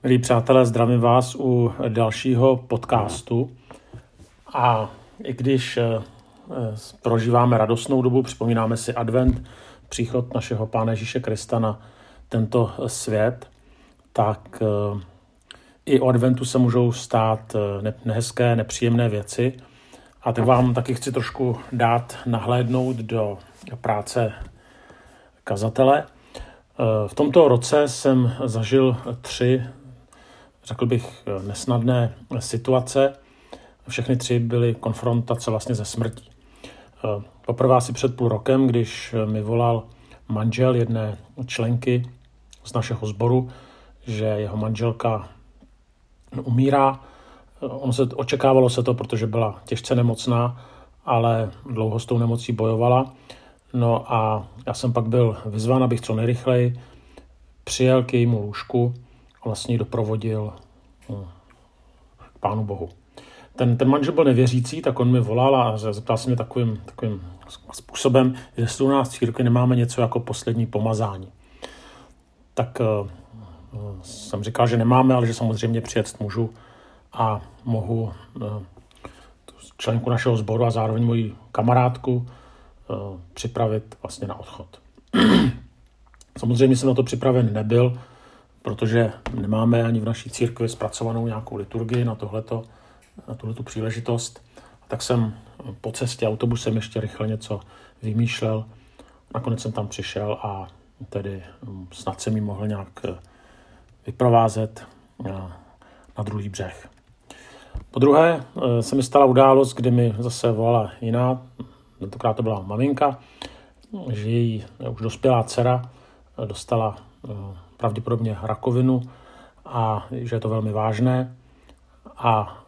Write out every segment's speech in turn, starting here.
Milí přátelé, zdravím vás u dalšího podcastu. A i když prožíváme radostnou dobu, připomínáme si advent, příchod našeho Pána Ježíše Krista na tento svět, tak i o adventu se můžou stát nehezké, nepříjemné věci. A tak vám taky chci trošku dát nahlédnout do práce kazatele. V tomto roce jsem zažil 3, řekl bych, nesnadné situace. Všechny 3 byly konfrontace vlastně ze smrtí. Poprvé asi před půl rokem, když mi volal manžel jedné členky z našeho sboru, že jeho manželka umírá. Očekávalo se to, protože byla těžce nemocná, ale dlouho s tou nemocí bojovala. No a já jsem pak byl vyzván, abych co nejrychleji přijel k jejímu lůžku a vlastně ji doprovodil k Pánu Bohu. Ten manžel byl nevěřící, tak on mi volal a zeptal se mě takovým způsobem, jestli u nás v církvi nemáme něco jako poslední pomazání. Tak jsem říkal, že nemáme, ale že samozřejmě přijet můžu a mohu tu členku našeho sboru a zároveň moji kamarádku připravit vlastně na odchod. Samozřejmě jsem na to připraven nebyl, protože nemáme ani v naší církvi zpracovanou nějakou liturgii na tuhletu příležitost. Tak jsem po cestě autobusem ještě rychle něco vymýšlel. Nakonec jsem tam přišel a tedy snad jsem ji mohl nějak vyprovázet na druhý břeh. Po druhé se mi stala událost, kdy mi zase volala jiná, tentokrát to byla maminka, že její už dospělá dcera dostala pravděpodobně rakovinu a že je to velmi vážné. A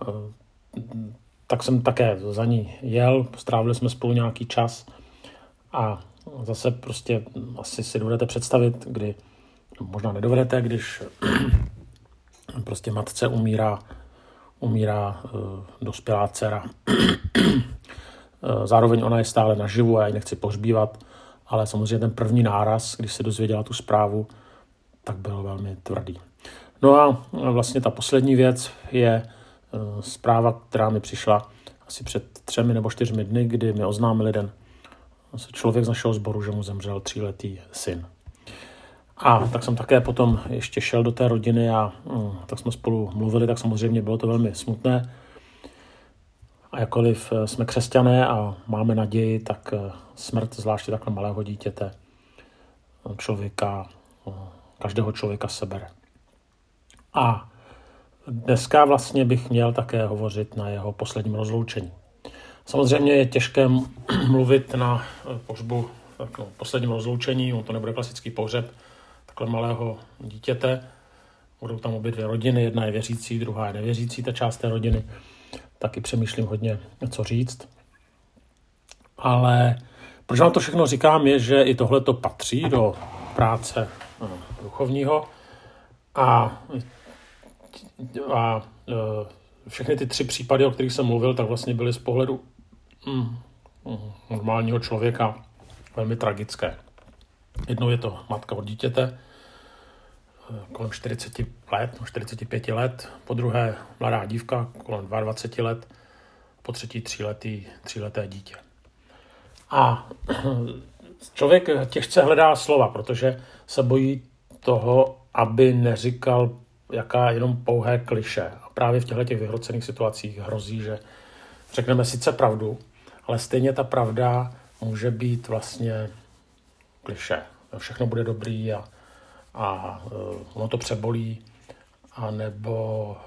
tak jsem také za ní jel, strávili jsme spolu nějaký čas a zase prostě asi si dovedete představit, kdy, možná nedovedete, když prostě matce umírá dospělá dcera. Zároveň ona je stále naživu a já ji nechci pohřbívat, ale samozřejmě ten první náraz, když se dozvěděla tu zprávu, tak byl velmi tvrdý. No a vlastně ta poslední věc je zpráva, která mi přišla asi před 3 nebo 4 dny, kdy mi oznámil jeden člověk z našeho sboru, že mu zemřel 3letý syn. A tak jsem také potom ještě šel do té rodiny a tak jsme spolu mluvili, tak samozřejmě bylo to velmi smutné. A jakkoliv jsme křesťané a máme naději, tak smrt, zvláště takhle malého dítěte, každého člověka sebere. A dneska vlastně bych měl také hovořit na jeho posledním rozloučení. Samozřejmě je těžké mluvit na pohřbu posledním rozloučení, on to nebude klasický pohřeb takhle malého dítěte. Budou tam obě 2 rodiny, jedna je věřící, druhá je nevěřící, ta část té rodiny. Taky přemýšlím hodně, co říct. Ale proč vám to všechno říkám, je, že i tohle to patří do práce duchovního a všechny ty 3 případy, o kterých jsem mluvil, tak vlastně byly z pohledu normálního člověka velmi tragické. Jednou je to matka od dítěte, kolem 40 let, 45 let, po druhé mladá dívka, kolem 22 let, po třetí 3leté dítě. A člověk těžce hledá slova, protože se bojí toho, aby neříkal jaká jenom pouhé klišé. A právě v těchto vyhrocených situacích hrozí, že řekneme sice pravdu, ale stejně ta pravda může být vlastně klišé. Všechno bude dobrý a ono to přebolí, anebo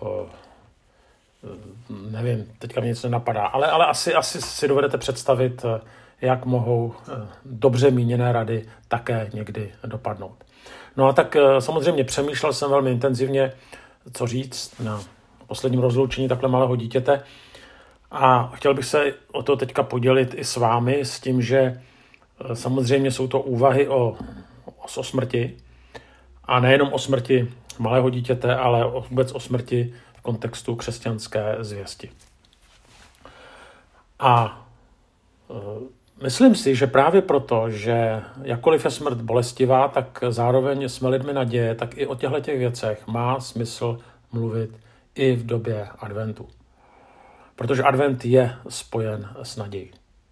nevím, teďka mě nic nenapadá, ale asi si dovedete představit, jak mohou dobře míněné rady také někdy dopadnout. No a tak samozřejmě přemýšlel jsem velmi intenzivně, co říct na posledním rozloučení takhle malého dítěte a chtěl bych se o to teďka podělit i s vámi, s tím, že samozřejmě jsou to úvahy o smrti a nejenom o smrti malého dítěte, ale vůbec o smrti v kontextu křesťanské zvěsti. A myslím si, že právě proto, že jakkoliv je smrt bolestivá, tak zároveň jsme lidmi naděje, tak i o těchto věcech má smysl mluvit i v době adventu. Protože advent je spojen s nadějí.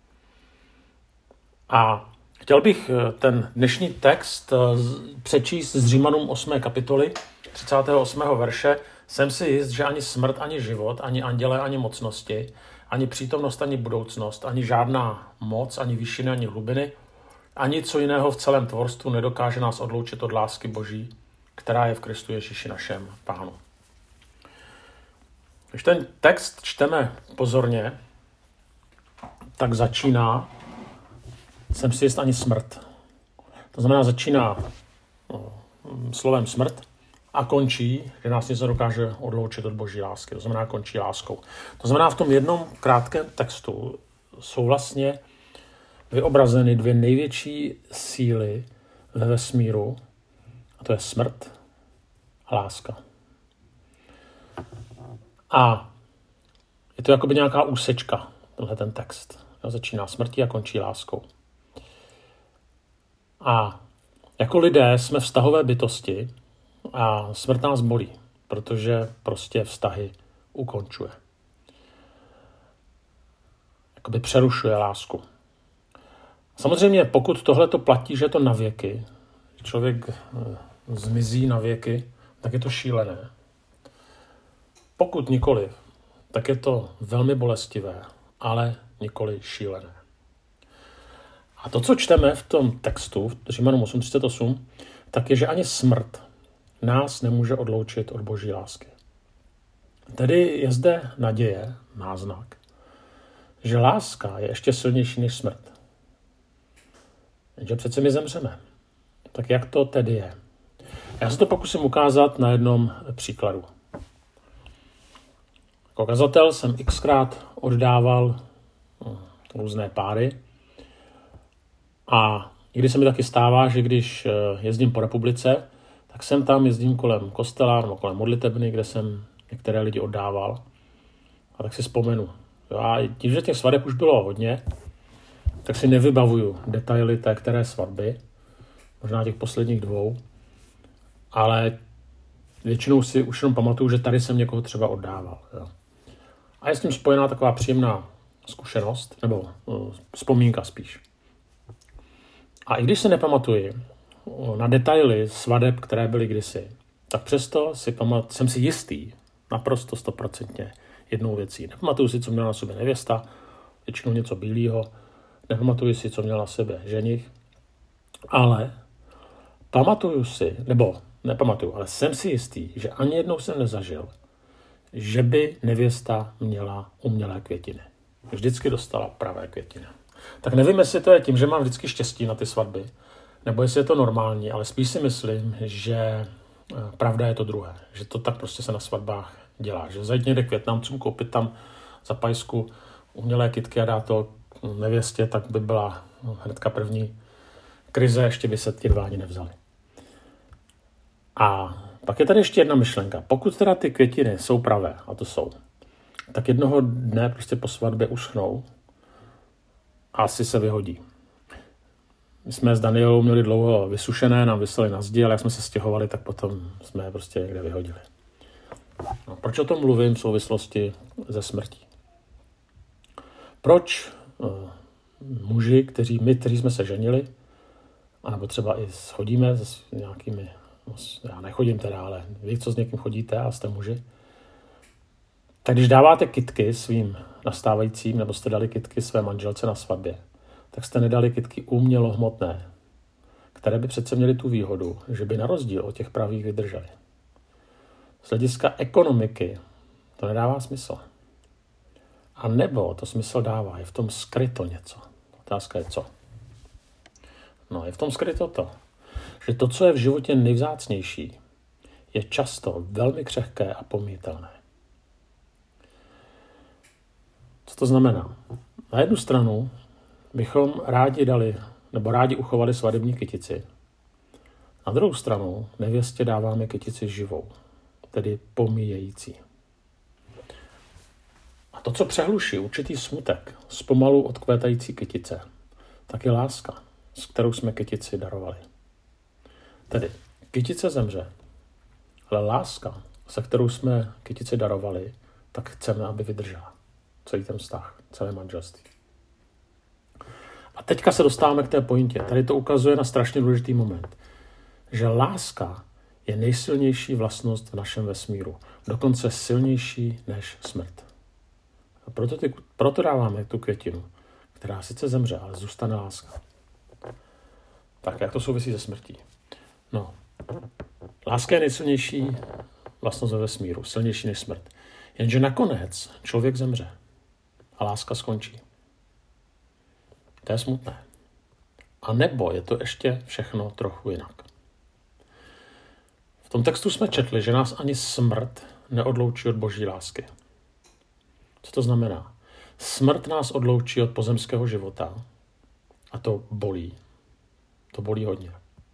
A chtěl bych ten dnešní text přečíst z Římanům 8. kapitoly, 38. verše. Jsem si jist, že ani smrt, ani život, ani andělé, ani mocnosti, ani přítomnost, ani budoucnost, ani žádná moc, ani výšiny, ani hlubiny, ani co jiného v celém tvorstvu nedokáže nás odloučit od lásky Boží, která je v Kristu Ježíši našem Pánu. Když ten text čteme pozorně, tak začíná jsem si jist ani smrt. To znamená, začíná slovem smrt a končí, že nás něco dokáže odloučit od Boží lásky. To znamená, končí láskou. To znamená, v tom jednom krátkém textu jsou vlastně vyobrazeny dvě největší síly ve vesmíru, a to je smrt a láska. A je to jakoby nějaká úsečka, tenhle ten text. Začíná smrtí a končí láskou. A jako lidé jsme vztahové bytosti a smrt nás bolí, protože prostě vztahy ukončuje. Jakoby přerušuje lásku. Samozřejmě, pokud tohle to platí, že je to na věky, člověk zmizí na věky, tak je to šílené. Pokud nikoliv, tak je to velmi bolestivé, ale nikoli šílené. A to, co čteme v tom textu, v Římanům 8.38, tak je, že ani smrt nás nemůže odloučit od Boží lásky. Tedy je zde naděje, náznak, že láska je ještě silnější než smrt. Jenže přece my zemřeme. Tak jak to tedy je? Já se to pokusím ukázat na jednom příkladu. Jako kazatel jsem xkrát oddával různé páry a někdy se mi taky stává, že když jezdím po republice, tak jsem tam jezdím kolem kostela nebo kolem modlitebny, kde jsem některé lidi oddával. A tak si vzpomenu. A tím, že těch svateb už bylo hodně, tak si nevybavuju detaily té které svatby, možná těch posledních 2, ale většinou si už jenom pamatuju, že tady jsem někoho třeba oddával. Jo. A je s tím spojená taková příjemná zkušenost, nebo vzpomínka spíš. A i když se nepamatuji na detaily svadeb, které byly kdysi, tak přesto jsem si jistý, naprosto 100% jednou věcí. Nepamatuju si, co měla na sobě nevěsta, většinou něco bílého, nepamatuju si, co měla na sebe ženich, ale pamatuju si, nebo nepamatuju, ale jsem si jistý, že ani jednou jsem nezažil, že by nevěsta měla umělé květiny. Vždycky dostala pravé květiny. Tak nevím, jestli to je tím, že mám vždycky štěstí na ty svatby, nebo jestli je to normální, ale spíš si myslím, že pravda je to druhé. Že to tak prostě se na svatbách dělá. Že zajít někde k Vietnamcům, koupit tam za pajsku umělé kytky a dát to nevěstě, tak by byla hnedka první krize, ještě by se ti 2 ani nevzali. A pak je tady ještě jedna myšlenka. Pokud teda ty květiny jsou pravé, a to jsou, tak jednoho dne prostě po svatbě uschnou a asi se vyhodí. My jsme s Danielou měli dlouho vysušené, nám visely na zdi, ale jak jsme se stěhovali, tak potom jsme je prostě někde vyhodili. No, proč o tom mluvím v souvislosti se smrtí? Proč muži, kteří jsme se ženili, anebo třeba i schodíme s nějakými, já nechodím teda, ale vy, co s někým chodíte a jste muži, tak když dáváte kytky svým nastávajícím, nebo jste dali kytky své manželce na svatbě, tak jste nedali kytky umělohmotné, které by přece měly tu výhodu, že by na rozdíl od těch pravých vydržely. Z hlediska ekonomiky to nedává smysl. A nebo to smysl dává, je v tom skryto něco. Otázka je co? No, je v tom skryto to, že to, co je v životě nejvzácnější, je často velmi křehké a pomítelné. Co to znamená? Na jednu stranu bychom rádi uchovali svadební kytici. Na druhou stranu nevěstě dáváme kytici živou, tedy pomíjející. A to, co přehluší určitý smutek z pomalu odkvétající kytice, tak je láska, s kterou jsme kytici darovali. Tedy kytice zemře, ale láska, se kterou jsme kytici darovali, tak chceme, aby vydržela. Celý ten vztah, celé manželství. A teďka se dostáváme k té pointě. Tady to ukazuje na strašně důležitý moment. Že láska je nejsilnější vlastnost v našem vesmíru. Dokonce silnější než smrt. A proto dáváme tu květinu, která sice zemře, ale zůstane láska. Tak jak to souvisí se smrtí? No, láska je nejsilnější vlastnost ve vesmíru, silnější než smrt. Jenže nakonec člověk zemře a láska skončí. To je smutné. A nebo je to ještě všechno trochu jinak. V tom textu jsme četli, že nás ani smrt neodloučí od boží lásky. Co to znamená? Smrt nás odloučí od pozemského života a to bolí. To bolí hodně.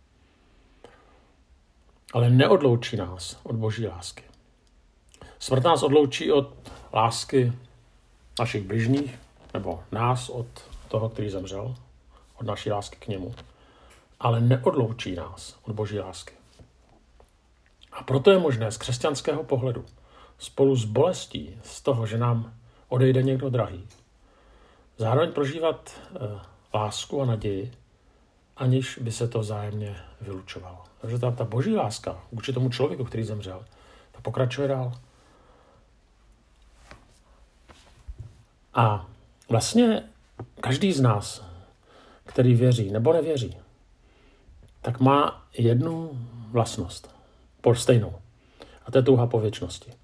Ale neodloučí nás od boží lásky. Smrt nás odloučí od lásky našich bližních, nebo nás od toho, který zemřel, od naší lásky k němu, ale neodloučí nás od boží lásky. A proto je možné z křesťanského pohledu spolu s bolestí z toho, že nám odejde někdo drahý, zároveň prožívat lásku a naději, aniž by se to vzájemně vylučovalo. Takže ta boží láska vůči tomu člověku, který zemřel, ta pokračuje dál. A vlastně každý z nás, který věří nebo nevěří, tak má jednu vlastnost, stejnou. A to je touha po věčnosti.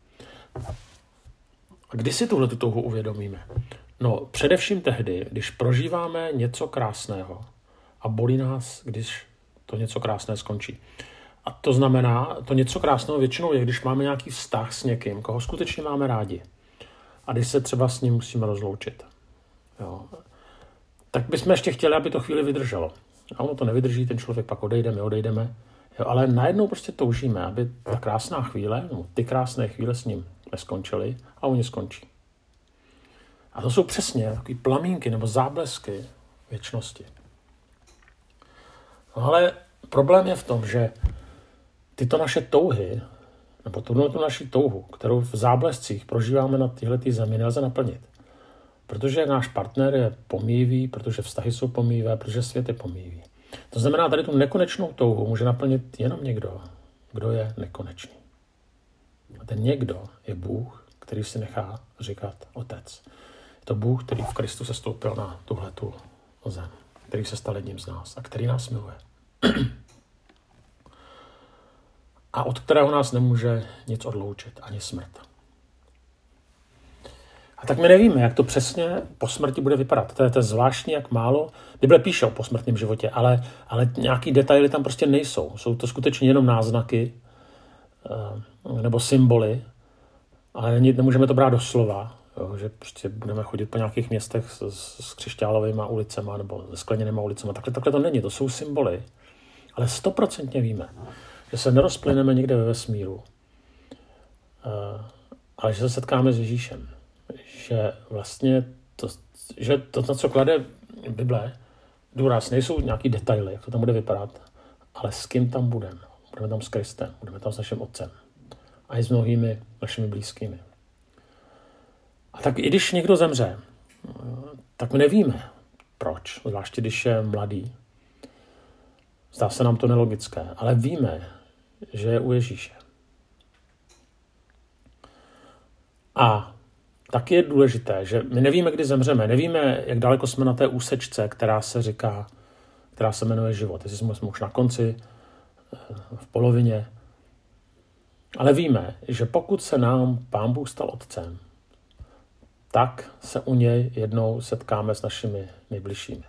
A kdy si tuhle touhu uvědomíme? No, především tehdy, když prožíváme něco krásného a bolí nás, když to něco krásné skončí. A to znamená, to něco krásného většinou je, když máme nějaký vztah s někým, koho skutečně máme rádi. A když se třeba s ním musíme rozloučit. Jo. Tak bychom ještě chtěli, aby to chvíli vydrželo. A ono to nevydrží, ten člověk pak odejde, my odejdeme. Jo, ale najednou prostě toužíme, aby ta krásná chvíle, nebo ty krásné chvíle s ním neskončily a oni skončí. A to jsou přesně takové plamínky nebo záblesky věčnosti. No ale problém je v tom, že tyto naše touhy, nebo tu naši touhu, kterou v záblescích prožíváme na téhletý zemi, nelze naplnit. Protože náš partner je pomíjivý, protože vztahy jsou pomíjivé, protože svět je pomíjivý. To znamená, tady tu nekonečnou touhu může naplnit jenom někdo, kdo je nekonečný. A ten někdo je Bůh, který si nechá říkat Otec. Je to Bůh, který v Kristu se stoupil na tuhletu zem, který se stal jedním z nás a který nás miluje. A od kterého nás nemůže nic odloučit, ani smrt. A tak my nevíme, jak to přesně po smrti bude vypadat. To je zvláštní, jak málo. Bible píše o posmrtném životě, ale nějaký detaily tam prostě nejsou. Jsou to skutečně jenom náznaky nebo symboly, ale nemůžeme to brát doslova, jo, že prostě budeme chodit po nějakých městech s křišťálovými ulicema nebo se skleněnými ulicema. Takhle to není, to jsou symboly. Ale 100% víme, že se nerozplyneme někde ve vesmíru, ale že se setkáme s Ježíšem. Že vlastně to, na co klade Bible, důraz, nejsou nějaký detaily, jak to tam bude vypadat, ale s kým tam budeme. Budeme tam s Kristem, budeme tam s naším Otcem a i s mnohými našimi blízkými. A tak i když někdo zemře, tak my nevíme, proč, zvláště když je mladý. Zdá se nám to nelogické, ale víme, že je u Ježíše. A taky je důležité, že my nevíme, kdy zemřeme, nevíme, jak daleko jsme na té úsečce, která se jmenuje život. Jestli jsme už na konci, v polovině. Ale víme, že pokud se nám Pán Bůh stal Otcem, tak se u něj jednou setkáme s našimi nejbližšími.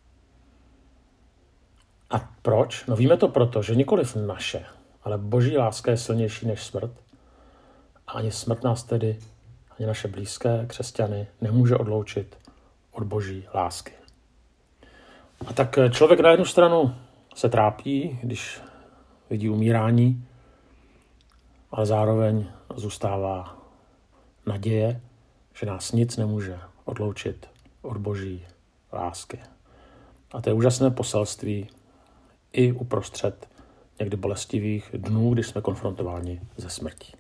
A proč? No víme to proto, že nikoliv naše, ale boží láska je silnější než smrt. A ani smrt nás tedy, ani naše blízké křesťany nemůže odloučit od boží lásky. A tak člověk na jednu stranu se trápí, když vidí umírání, ale zároveň zůstává naděje, že nás nic nemůže odloučit od boží lásky. A to je úžasné poselství i uprostřed někdy bolestivých dnů, když jsme konfrontováni se smrtí.